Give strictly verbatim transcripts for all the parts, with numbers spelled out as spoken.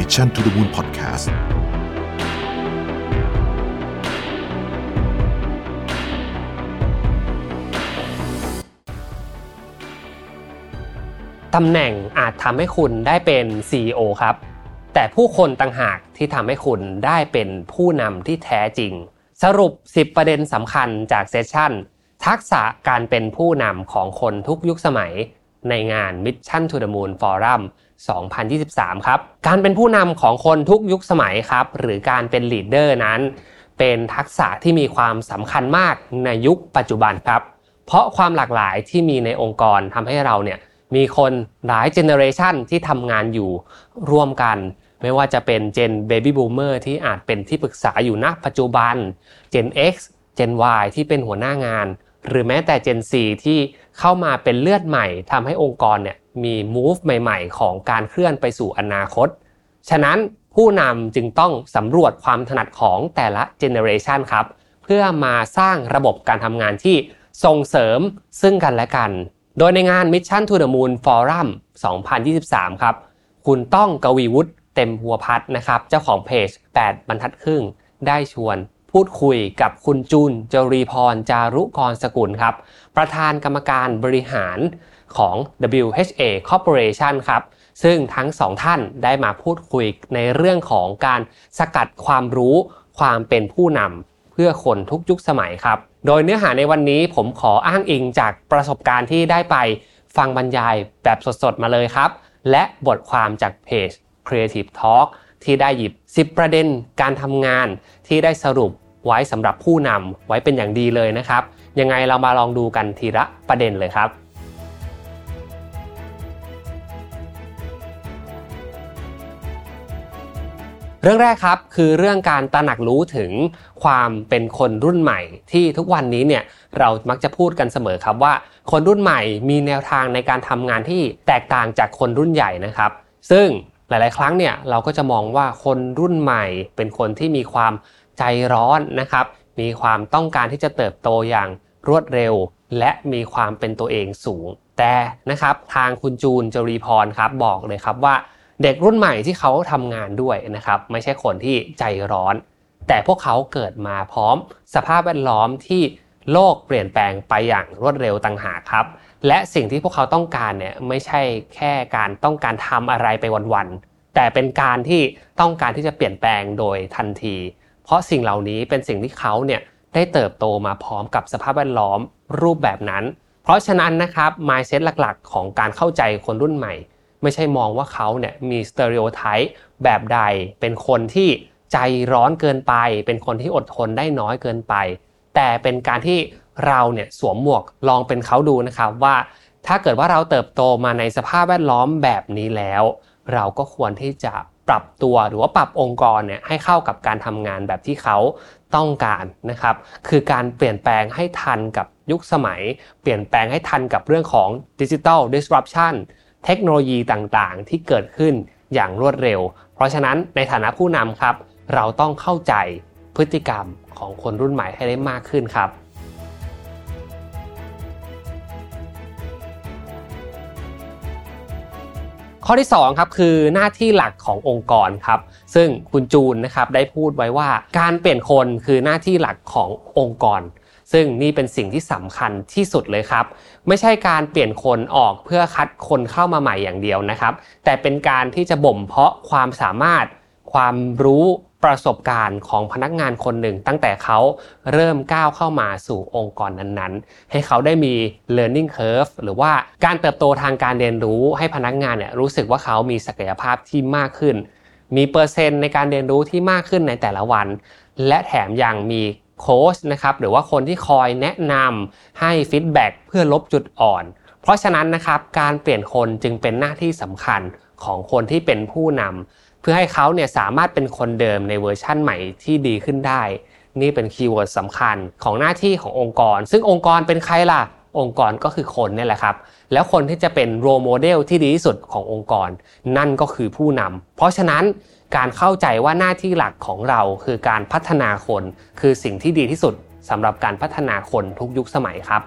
Mission to the Moon Podcast ตำแหน่งอาจทำให้คุณได้เป็น ซี อี โอ ครับแต่ผู้คนต่างหากที่ทำให้คุณได้เป็นผู้นำที่แท้จริงสรุปสิบประเด็นสำคัญจากเซสชั่นทักษะการเป็นผู้นำของคนทุกยุคสมัยในงาน Mission to the Moon Forum สองพันยี่สิบสาม ครับการเป็นผู้นำของคนทุกยุคสมัยครับหรือการเป็นลีดเดอร์นั้นเป็นทักษะที่มีความสำคัญมากในยุคปัจจุบันครับเพราะความหลากหลายที่มีในองค์กรทำให้เราเนี่ยมีคนหลายเจเนอเรชันที่ทำงานอยู่ร่วมกันไม่ว่าจะเป็นเจน Baby Boomer ที่อาจเป็นที่ปรึกษาอยู่ณปัจจุบัน Gen X Gen Y ที่เป็นหัวหน้างานหรือแม้แต่ Gen Z ที่เข้ามาเป็นเลือดใหม่ทำให้องค์กรเนี่ยมี move ใหม่ๆของการเคลื่อนไปสู่อนาคตฉะนั้นผู้นำจึงต้องสำรวจความถนัดของแต่ละ generation ครับเพื่อมาสร้างระบบการทำงานที่ส่งเสริมซึ่งกันและกันโดยในงาน Mission to the Moon Forum สองพันยี่สิบสาม ครับคุณต้องกวีวุฒิเต็มหัวพัฒนะครับเจ้าของเพจแปดบรรทัดครึ่งได้ชวนพูดคุยกับคุณจูนจรีพรจารุกรสกุลครับประธานกรรมการบริหารของ ดับเบิลยู เอช เอ Corporation ครับซึ่งทั้งสองท่านได้มาพูดคุยในเรื่องของการสกัดความรู้ความเป็นผู้นำเพื่อคนทุกยุคสมัยครับโดยเนื้อหาในวันนี้ผมขออ้างอิงจากประสบการณ์ที่ได้ไปฟังบรรยายแบบสดๆมาเลยครับและบทความจากเพจ Creative Talk ที่ได้หยิบสิบประเด็นการทำงานที่ได้สรุปไว้สำหรับผู้นำไว้เป็นอย่างดีเลยนะครับยังไงเรามาลองดูกันทีละประเด็นเลยครับเรื่องแรกครับคือเรื่องการตระหนักรู้ถึงความเป็นคนรุ่นใหม่ที่ทุกวันนี้เนี่ยเรามักจะพูดกันเสมอครับว่าคนรุ่นใหม่มีแนวทางในการทำงานที่แตกต่างจากคนรุ่นใหญ่นะครับซึ่งหลายๆครั้งเนี่ยเราก็จะมองว่าคนรุ่นใหม่เป็นคนที่มีความใจร้อนนะครับมีความต้องการที่จะเติบโตอย่างรวดเร็วและมีความเป็นตัวเองสูงแต่นะครับทางคุณจูนจรีพรครับบอกเลยครับว่าเด็กรุ่นใหม่ที่เขาทำงานด้วยนะครับไม่ใช่คนที่ใจร้อนแต่พวกเขาเกิดมาพร้อมสภาพแวดล้อมที่โลกเปลี่ยนแปลงไปอย่างรวดเร็วต่างหากครับและสิ่งที่พวกเขาต้องการเนี่ยไม่ใช่แค่การต้องการทำอะไรไปวันๆแต่เป็นการที่ต้องการที่จะเปลี่ยนแปลงโดยทันทีเพราะสิ่งเหล่านี้เป็นสิ่งที่เขาเนี่ยได้เติบโตมาพร้อมกับสภาพแวดล้อมรูปแบบนั้นเพราะฉะนั้นนะครับ mindset หลักๆของการเข้าใจคนรุ่นใหม่ไม่ใช่มองว่าเขาเนี่ยมี stereotype แบบใดเป็นคนที่ใจร้อนเกินไปเป็นคนที่อดทนได้น้อยเกินไปแต่เป็นการที่เราเนี่ยสวมหมวกลองเป็นเขาดูนะครับว่าถ้าเกิดว่าเราเติบโตมาในสภาพแวดล้อมแบบนี้แล้วเราก็ควรที่จะปรับตัวหรือว่าปรับองค์กรเนี่ยให้เข้ากับการทำงานแบบที่เขาต้องการนะครับคือการเปลี่ยนแปลงให้ทันกับยุคสมัยเปลี่ยนแปลงให้ทันกับเรื่องของ Digital Disruption เทคโนโลยีต่างๆที่เกิดขึ้นอย่างรวดเร็วเพราะฉะนั้นในฐานะผู้นำครับเราต้องเข้าใจพฤติกรรมของคนรุ่นใหม่ให้ได้มากขึ้นครับข้อที่สองครับคือหน้าที่หลักขององค์กรครับซึ่งคุณจูนนะครับได้พูดไว้ว่าการเปลี่ยนคนคือหน้าที่หลักขององค์กรซึ่งนี่เป็นสิ่งที่สำคัญที่สุดเลยครับไม่ใช่การเปลี่ยนคนออกเพื่อคัดคนเข้ามาใหม่อย่างเดียวนะครับแต่เป็นการที่จะบ่มเพาะความสามารถความรู้ประสบการณ์ของพนักงานคนหนึ่งตั้งแต่เขาเริ่มก้าวเข้ามาสู่องค์กรนั้นๆให้เขาได้มี learning curve หรือว่าการเติบโตทางการเรียนรู้ให้พนักงานเนี่ยรู้สึกว่าเขามีศักยภาพที่มากขึ้นมีเปอร์เซ็นต์ในการเรียนรู้ที่มากขึ้นในแต่ละวันและแถมยังมีโค้ชนะครับหรือว่าคนที่คอยแนะนำให้ฟีดแบ็กเพื่อลบจุดอ่อนเพราะฉะนั้นนะครับการเปลี่ยนคนจึงเป็นหน้าที่สำคัญของคนที่เป็นผู้นำเพื่อให้เขาเนี่ยสามารถเป็นคนเดิมในเวอร์ชั่นใหม่ที่ดีขึ้นได้นี่เป็นคีย์เวิร์ดสำคัญของหน้าที่ขององค์กรซึ่งองค์กรเป็นใครล่ะองค์กรก็คือคนนี่แหละครับแล้วคนที่จะเป็นโรลโมเดลที่ดีที่สุดขององค์กรนั่นก็คือผู้นำเพราะฉะนั้นการเข้าใจว่าหน้าที่หลักของเราคือการพัฒนาคนคือสิ่งที่ดีที่สุดสำหรับการพัฒนาคนทุกยุคสมัยครับ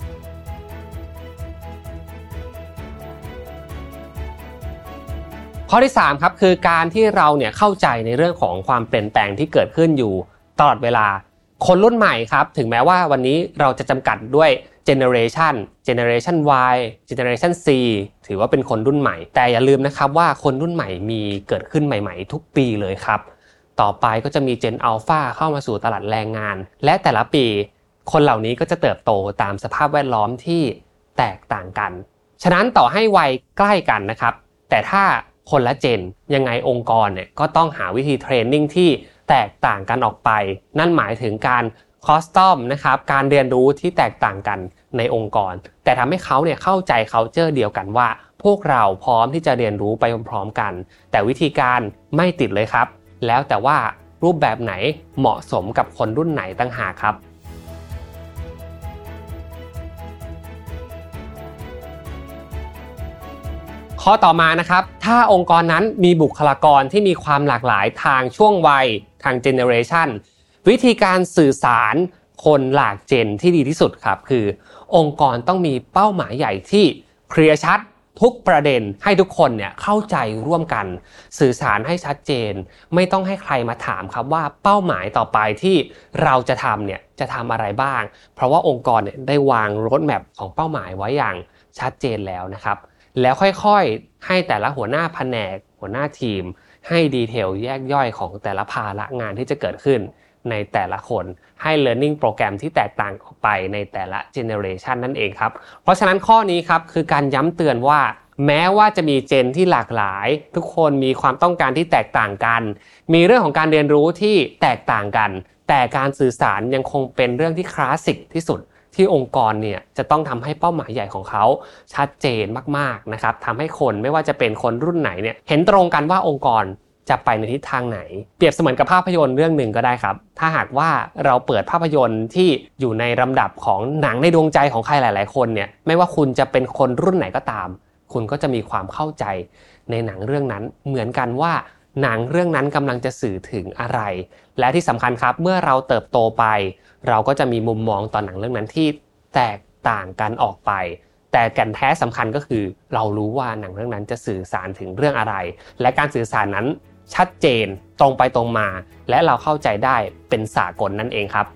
ขข้อที่สามครับคือการที่เราเนี่ยเข้าใจในเรื่องของความเปลี่ยนแปลงที่เกิดขึ้นอยู่ตลอดเวลาคนรุ่นใหม่ครับถึงแม้ว่าวันนี้เราจะจำกัดด้วย generation generation Y generation C ถือว่าเป็นคนรุ่นใหม่แต่อย่าลืมนะครับว่าคนรุ่นใหม่มีเกิดขึ้นใหม่ๆทุกปีเลยครับต่อไปก็จะมี Gen Alpha เข้ามาสู่ตลาดแรงงานและแต่ละปีคนเหล่านี้ก็จะเติบโตตามสภาพแวดล้อมที่แตกต่างกันฉะนั้นต่อให้วัยใกล้กันนะครับแต่ถ้าคนละเจนยังไงองค์กรเนี่ยก็ต้องหาวิธีเทรนนิ่งที่แตกต่างกันออกไปนั่นหมายถึงการคอสตอมนะครับการเรียนรู้ที่แตกต่างกันในองค์กรแต่ทำให้เขาเนี่ยเข้าใจ culture เดียวกันว่าพวกเราพร้อมที่จะเรียนรู้ไปพร้อมๆกันแต่วิธีการไม่ติดเลยครับแล้วแต่ว่ารูปแบบไหนเหมาะสมกับคนรุ่นไหนต่างหากครับข้อต่อมานะครับถ้าองค์กรนั้นมีบุคลากรที่มีความหลากหลายทางช่วงวัยทางเจเนอเรชันวิธีการสื่อสารคนหลากเจนที่ดีที่สุดครับคือองค์กรต้องมีเป้าหมายใหญ่ที่เคลียร์ชัดทุกประเด็นให้ทุกคนเนี่ยเข้าใจร่วมกันสื่อสารให้ชัดเจนไม่ต้องให้ใครมาถามครับว่าเป้าหมายต่อไปที่เราจะทำเนี่ยจะทำอะไรบ้างเพราะว่าองค์กรเนี่ยได้วางโรดแมพของเป้าหมายไว้อย่างชัดเจนแล้วนะครับแล้วค่อยๆให้แต่ละหัวหน้าแผนกหัวหน้าทีมให้ดีเทลแยกย่อยของแต่ละภาระงานที่จะเกิดขึ้นในแต่ละคนให้ learning โปรแกรมที่แตกต่างออกไปในแต่ละ generation นั่นเองครับเพราะฉะนั้นข้อนี้ครับคือการย้ำเตือนว่าแม้ว่าจะมีเจนที่หลากหลายทุกคนมีความต้องการที่แตกต่างกันมีเรื่องของการเรียนรู้ที่แตกต่างกันแต่การสื่อสารยังคงเป็นเรื่องที่คลาสสิกที่สุดที่องค์กรเนี่ยจะต้องทำให้เป้าหมายใหญ่ของเขาชัดเจนมากๆนะครับทำให้คนไม่ว่าจะเป็นคนรุ่นไหนเนี่ยเห็นตรงกันว่าองค์กรจะไปในทิศทางไหนเปรียบเสมือนกับภาพยนตร์เรื่องหนึ่งก็ได้ครับถ้าหากว่าเราเปิดภาพยนตร์ที่อยู่ในลำดับของหนังในดวงใจของใครหลายๆคนเนี่ยไม่ว่าคุณจะเป็นคนรุ่นไหนก็ตามคุณก็จะมีความเข้าใจในหนังเรื่องนั้นเหมือนกันว่าหนังเรื่องนั้นกำลังจะสื่อถึงอะไรและที่สำคัญครับเมื่อเราเติบโตไปเราก็จะมีมุมมองต่อหนังเรื่องนั้นที่แตกต่างกันออกไปแต่แก่นแท้สำคัญก็คือเรารู้ว่าหนังเรื่องนั้นจะสื่อสารถึงเรื่องอะไรและการสื่อสารนั้นชัดเจนตรงไปตรงมาและเราเข้าใจได้เป็นสากลนั่นเองครับ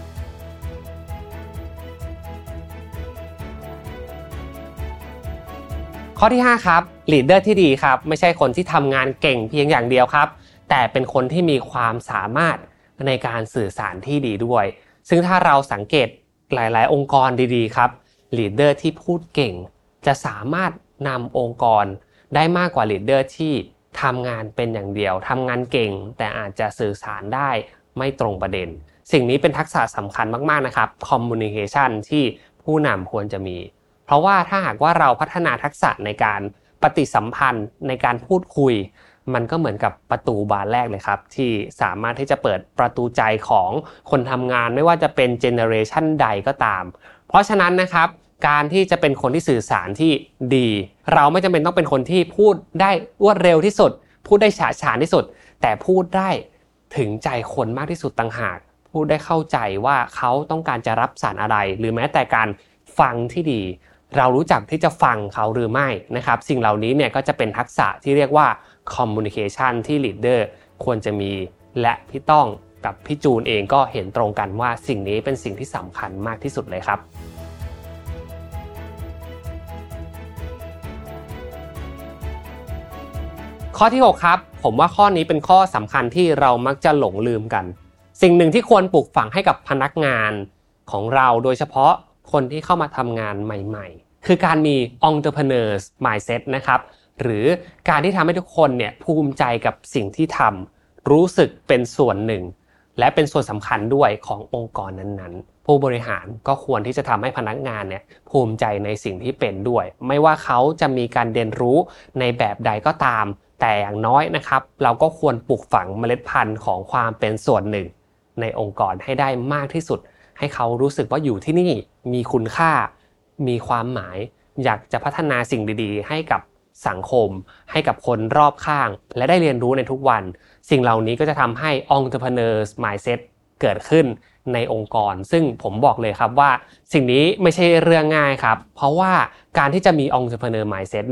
ข้อที่ห้าครับลีดเดอร์ที่ดีครับไม่ใช่คนที่ทำงานเก่งเพียงอย่างเดียวครับแต่เป็นคนที่มีความสามารถในการสื่อสารที่ดีด้วยซึ่งถ้าเราสังเกตหลายๆองค์กรดีๆครับลีดเดอร์ที่พูดเก่งจะสามารถนำองค์กรได้มากกว่าลีดเดอร์ที่ทำงานเป็นอย่างเดียวทำงานเก่งแต่อาจจะสื่อสารได้ไม่ตรงประเด็นสิ่งนี้เป็นทักษะสำคัญมากๆนะครับ communication ที่ผู้นำควรจะมีเพราะว่าถ้าหากว่าเราพัฒนาทักษะในการปฏิสัมพันธ์ในการพูดคุยมันก็เหมือนกับประตูบานแรกเลยครับที่สามารถที่จะเปิดประตูใจของคนทำงานไม่ว่าจะเป็นเจเนอเรชันใดก็ตามเพราะฉะนั้นนะครับการที่จะเป็นคนที่สื่อสารที่ดีเราไม่จำเป็นต้องเป็นคนที่พูดได้รวดเร็วที่สุดพูดได้ฉะฉานที่สุดแต่พูดได้ถึงใจคนมากที่สุดต่างหากพูดได้เข้าใจว่าเขาต้องการจะรับสารอะไรหรือแม้แต่การฟังที่ดีเรารู้จักที่จะฟังเขาหรือไม่นะครับสิ่งเหล่านี้เนี่ยก็จะเป็นทักษะที่เรียกว่า communication ที่ leader ควรจะมีและพี่ต้องกับพี่จูนเองก็เห็นตรงกันว่าสิ่งนี้เป็นสิ่งที่สำคัญมากที่สุดเลยครับข้อที่หกครับผมว่าข้อนี้เป็นข้อสำคัญที่เรามักจะหลงลืมกันสิ่งหนึ่งที่ควรปลูกฝังให้กับพนักงานของเราโดยเฉพาะคนที่เข้ามาทำงานใหม่ๆคือการมี entrepreneurs mindset นะครับหรือการที่ทำให้ทุกคนเนี่ยภูมิใจกับสิ่งที่ทำรู้สึกเป็นส่วนหนึ่งและเป็นส่วนสำคัญด้วยขององค์กรนั้นๆผู้บริหารก็ควรที่จะทำให้พนักงานเนี่ยภูมิใจในสิ่งที่เป็นด้วยไม่ว่าเขาจะมีการเรียนรู้ในแบบใดก็ตามแต่อย่างน้อยนะครับเราก็ควรปลูกฝังเมล็ดพันธุ์ของความเป็นส่วนหนึ่งในองค์กรให้ได้มากที่สุดให้เขารู้สึกว่าอยู่ที่นี่มีคุณค่ามีความหมายอยากจะพัฒนาสิ่งดีๆให้กับสังคมให้กับคนรอบข้างและได้เรียนรู้ในทุกวันสิ่งเหล่านี้ก็จะทำให้ entrepreneurs mindset เกิดขึ้นในองค์กรซึ่งผมบอกเลยครับว่าสิ่งนี้ไม่ใช่เรื่องง่ายครับเพราะว่าการที่จะมี entrepreneur mindset เนี่ย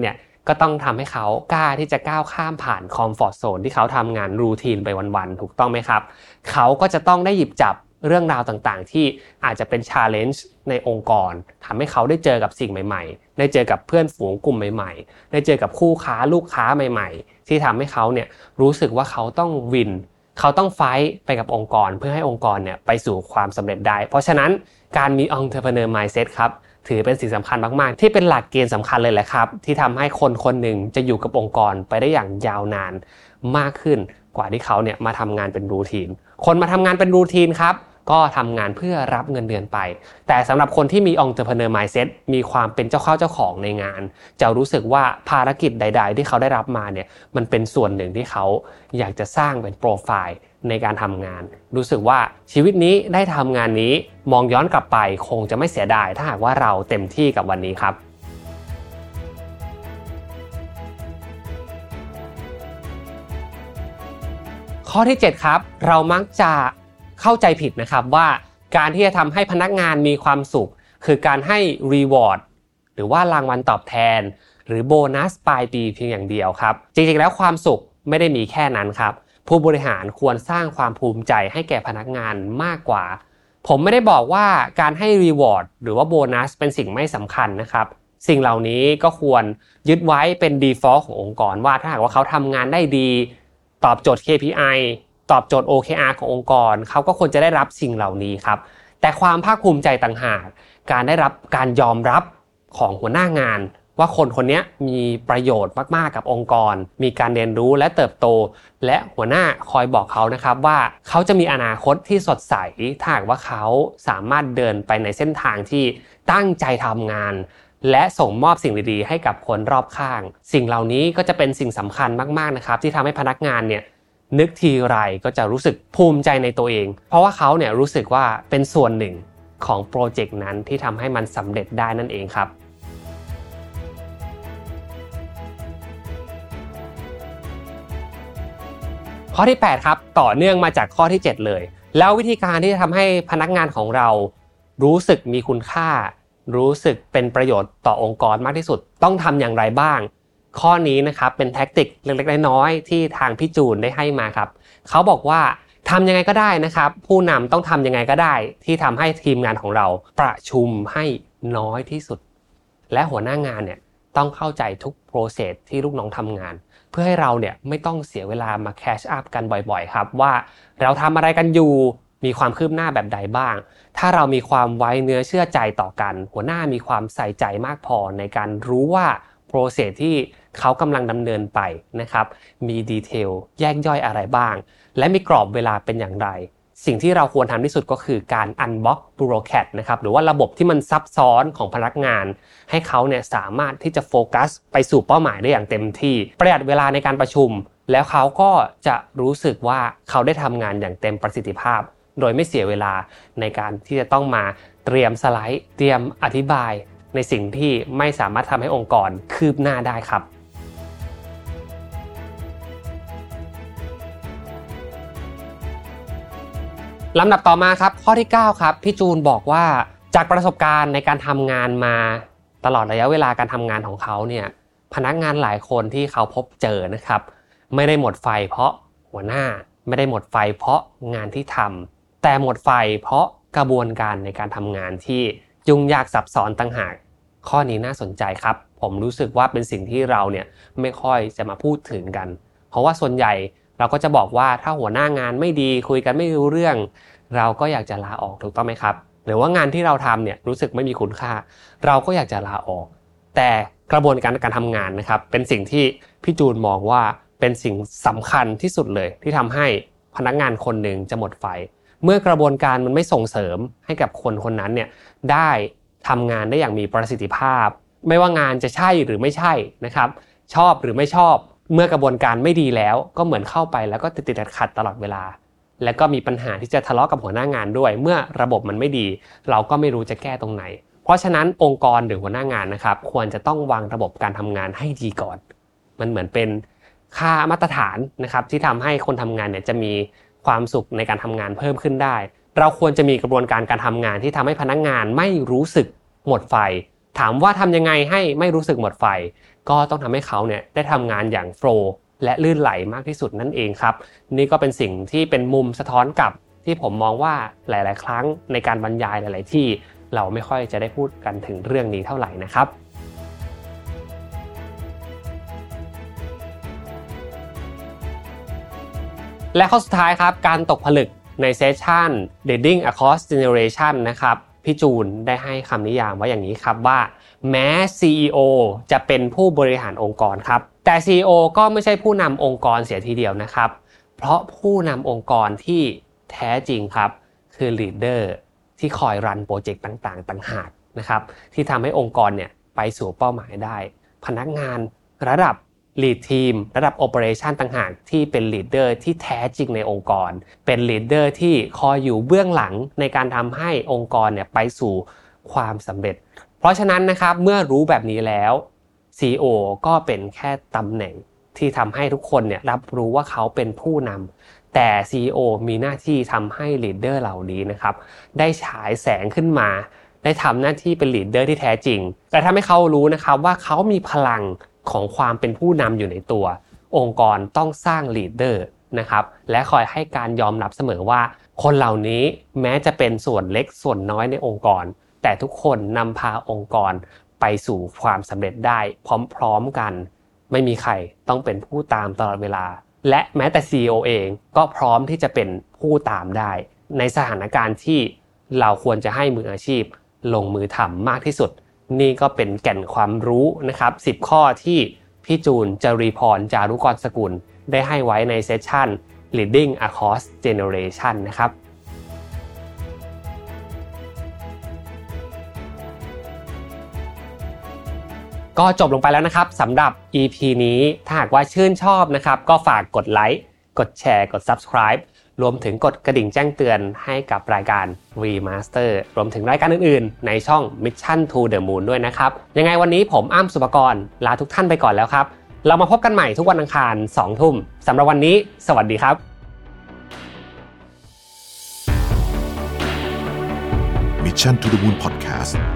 ก็ต้องทำให้เขากล้าที่จะก้าวข้ามผ่านคอมฟอร์ตโซนที่เขาทำงานรูทีนไปวันๆถูกต้องไหมครับเขาก็จะต้องได้หยิบจับเรื่องราวต่างๆที่อาจจะเป็น challenge ในองค์กรทำให้เขาได้เจอกับสิ่งใหม่ๆได้เจอกับเพื่อนฝูงกลุ่มใหม่ๆได้เจอกับคู่ค้าลูกค้าใหม่ๆที่ทำให้เขาเนี่ยรู้สึกว่าเขาต้องวินเขาต้องไฟท์ไปกับองค์กรเพื่อให้องค์กรเนี่ยไปสู่ความสำเร็จได้เพราะฉะนั้นการมี entrepreneur mindset ครับถือเป็นสิ่งสำคัญมากๆที่เป็นหลักเกณฑ์สำคัญเลยแหละครับที่ทำให้คนคนหนึ่งจะอยู่กับองค์กรไปได้อย่างยาวนานมากขึ้นกว่าที่เขาเนี่ยมาทำงานเป็นรูทีนคนมาทำงานเป็นรูทีนครับก็ทำงานเพื่อรับเงินเดือนไปแต่สำหรับคนที่มี entrepreneur mindset มีความเป็นเจ้าเข้าเจ้าของในงานจะรู้สึกว่าภารกิจใดๆที่เขาได้รับมาเนี่ยมันเป็นส่วนหนึ่งที่เขาอยากจะสร้างเป็นโปรไฟล์ในการทำงานรู้สึกว่าชีวิตนี้ได้ทำงานนี้มองย้อนกลับไปคงจะไม่เสียดายถ้าหากว่าเราเต็มที่กับวันนี้ครับข้อที่เจ็ดครับเรามักจะเข้าใจผิดนะครับว่าการที่จะทำให้พนักงานมีความสุขคือการให้รีวอร์ดหรือว่ารางวัลตอบแทนหรือโบนัสปลายปีเพียงอย่างเดียวครับจริงๆแล้วความสุขไม่ได้มีแค่นั้นครับผู้บริหารควรสร้างความภูมิใจให้แก่พนักงานมากกว่าผมไม่ได้บอกว่าการให้รีวอร์ดหรือว่าโบนัสเป็นสิ่งไม่สำคัญนะครับสิ่งเหล่านี้ก็ควรยึดไว้เป็น default ขององค์กรว่าถ้าหากว่าเขาทำงานได้ดีตอบโจทย์ เค พี ไอ ตอบโจทย์ โอ เค อาร์ ขององค์กรเขาก็ควรจะได้รับสิ่งเหล่านี้ครับแต่ความภาคภูมิใจต่างหากการได้รับการยอมรับของหัวหน้างานว่าคนคนนี้มีประโยชน์มากๆกับองค์กรมีการเรียนรู้และเติบโตและหัวหน้าคอยบอกเขานะครับว่าเขาจะมีอนาคตที่สดใสถ้าหากว่าเขาสามารถเดินไปในเส้นทางที่ตั้งใจทำงานและส่งมอบสิ่งดีๆให้กับคนรอบข้างสิ่งเหล่านี้ก็จะเป็นสิ่งสำคัญมากๆนะครับที่ทำให้พนักงานเนี่ยนึกทีไรก็จะรู้สึกภูมิใจในตัวเองเพราะว่าเขาเนี่ยรู้สึกว่าเป็นส่วนหนึ่งของโปรเจกต์นั้นที่ทำให้มันสำเร็จได้นั่นเองครับข้อที่แปดครับต่อเนื่องมาจากข้อที่เจ็ดเลยแล้ววิธีการที่จะทำให้พนักงานของเรารู้สึกมีคุณค่ารู้สึกเป็นประโยชน์ต่อองค์กรมากที่สุดต้องทำอย่างไรบ้างข้อนี้นะครับเป็นแท็กติกเล็กๆน้อยๆที่ทางพี่จูนได้ให้มาครับเขาบอกว่าทำยังไงก็ได้นะครับผู้นำต้องทำยังไงก็ได้ที่ทำให้ทีมงานของเราประชุมให้น้อยที่สุดและหัวหน้างานเนี่ยต้องเข้าใจทุกโปรเซสที่ลูกน้องทำงานเพื่อให้เราเนี่ยไม่ต้องเสียเวลามาแคชอัพกันบ่อยๆครับว่าเราทำอะไรกันอยู่มีความคืบหน้าแบบใดบ้างถ้าเรามีความไว้เนื้อเชื่อใจต่อกันหัวหน้ามีความใส่ใจมากพอในการรู้ว่าโปรเซสที่เขากำลังดำเนินไปนะครับมีดีเทลแยกย่อยอะไรบ้างและมีกรอบเวลาเป็นอย่างไรสิ่งที่เราควรทำที่สุดก็คือการ unblock bureaucrat นะครับหรือว่าระบบที่มันซับซ้อนของพนักงานให้เขาเนี่ยสามารถที่จะโฟกัสไปสู่เป้าหมายได้อย่างเต็มที่ประหยัดเวลาในการประชุมแล้วเขาก็จะรู้สึกว่าเขาได้ทำงานอย่างเต็มประสิทธิภาพโดยไม่เสียเวลาในการที่จะต้องมาเตรียมสไลด์เตรียมอธิบายในสิ่งที่ไม่สามารถทำให้องค์กรคืบหน้าได้ครับลำดับต่อมาครับข้อที่เก้าครับพี่จูนบอกว่าจากประสบการณ์ในการทำงานมาตลอดระยะเวลาการทำงานของเขาเนี่ยพนักงานหลายคนที่เขาพบเจอนะครับไม่ได้หมดไฟเพราะหัวหน้าไม่ได้หมดไฟเพราะงานที่ทำแต่หมดไฟเพราะกระบวนการในการทำงานที่ยุ่งยากซับซ้อนต่างหากข้อนี้น่าสนใจครับผมรู้สึกว่าเป็นสิ่งที่เราเนี่ยไม่ค่อยจะมาพูดถึงกันเพราะว่าส่วนใหญ่เราก็จะบอกว่าถ้าหัวหน้างานไม่ดีคุยกันไม่รู้เรื่องเราก็อยากจะลาออกถูกต้องไหมครับหรือว่างานที่เราทำเนี่ยรู้สึกไม่มีคุณค่าเราก็อยากจะลาออกแต่กระบวนการการทำงานนะครับเป็นสิ่งที่พี่จูนมองว่าเป็นสิ่งสำคัญที่สุดเลยที่ทำให้พนักงานคนหนึ่งจะหมดไฟเมื่อกระบวนการมันไม่ส่งเสริมให้กับคนคนนั้นเนี่ยได้ทำงานได้อย่างมีประสิทธิภาพไม่ว่างานจะใช่หรือไม่ใช่นะครับชอบหรือไม่ชอบเมื่อกระบวนการไม่ดีแล้วก็เหมือนเข้าไปแล้วก็ติดๆขัดๆตลอดเวลาและก็มีปัญหาที่จะทะเลาะกับหัวหน้างานด้วยเมื่อระบบมันไม่ดีเราก็ไม่รู้จะแก้ตรงไหนเพราะฉะนั้นองค์กรหรือหัวหน้างานนะครับควรจะต้องวางระบบการทำงานให้ดีก่อนมันเหมือนเป็นค่ามาตรฐานนะครับที่ทำให้คนทำงานเนี่ยจะมีความสุขในการทำงานเพิ่มขึ้นได้เราควรจะมีกระบวนการการทำงานที่ทำให้พนักงานไม่รู้สึกหมดไฟถามว่าทำยังไงให้ไม่รู้สึกหมดไฟก็ต้องทำให้เขาเนี่ยได้ทำงานอย่างโฟลว์และลื่นไหลมากที่สุดนั่นเองครับนี่ก็เป็นสิ่งที่เป็นมุมสะท้อนกลับที่ผมมองว่าหลายๆครั้งในการบรรยายหลายๆที่เราไม่ค่อยจะได้พูดกันถึงเรื่องนี้เท่าไหร่นะครับและข้อสุดท้ายครับการตกผลึกในเซสชั่น Leading Across Generation นะครับพี่จูนได้ให้คำนิยามไว้อย่างนี้ครับว่าแม้ ซี อี โอ จะเป็นผู้บริหารองค์กรครับแต่ ซี อี โอ ก็ไม่ใช่ผู้นำองค์กรเสียทีเดียวนะครับเพราะผู้นำองค์กรที่แท้จริงครับคือ Leader ที่คอยรันโปรเจกต์ต่างๆต่างหากนะครับที่ทำให้องค์กรเนี่ยไปสู่เป้าหมายได้พนักงานระดับlead team ระดับ operation ต่างหากที่เป็น leader ที่แท้จริงในองค์กรเป็น leader ที่คอยอยู่เบื้องหลังในการทำให้องค์กรเนี่ยไปสู่ความสำเร็จเพราะฉะนั้นนะครับเมื่อรู้แบบนี้แล้ว ซี อี โอ ก็เป็นแค่ตำแหน่งที่ทำให้ทุกคนเนี่ยรับรู้ว่าเขาเป็นผู้นำแต่ ซี อี โอ มีหน้าที่ทำให้ leader เหล่านี้นะครับได้ฉายแสงขึ้นมาได้ทำหน้าที่เป็น leader ที่แท้จริงแต่ทำให้เขารู้นะครับว่าเขามีพลังของความเป็นผู้นำอยู่ในตัวองค์กรต้องสร้างลีดเดอร์นะครับและคอยให้การยอมรับเสมอว่าคนเหล่านี้แม้จะเป็นส่วนเล็กส่วนน้อยในองค์กรแต่ทุกคนนำพาองค์กรไปสู่ความสำเร็จได้พร้อมๆกันไม่มีใครต้องเป็นผู้ตามตลอดเวลาและแม้แต่ ซี อี โอ เองก็พร้อมที่จะเป็นผู้ตามได้ในสถานการณ์ที่เราควรจะให้มืออาชีพลงมือทำมากที่สุดนี่ก็เป็นแก่นความรู้นะครับสิบข้อที่พี่จูนจรีพรจารุกรสกุลได้ให้ไว้ในเซสชั่น Leading Across Generation นะครับก็จบลงไปแล้วนะครับสำหรับ อี พี นี้ถ้าหากว่าชื่นชอบนะครับก็ฝากกดไลค์กดแชร์กด Subscribeรวมถึงกดกระดิ่งแจ้งเตือนให้กับรายการ Remaster รวมถึงรายการอื่นๆในช่อง Mission to the Moon ด้วยนะครับยังไงวันนี้ผมอ้ำสุภกรลาทุกท่านไปก่อนแล้วครับเรามาพบกันใหม่ทุกวันอังคาร สองทุ่มสำหรับวันนี้สวัสดีครับ Mission to the Moon Podcast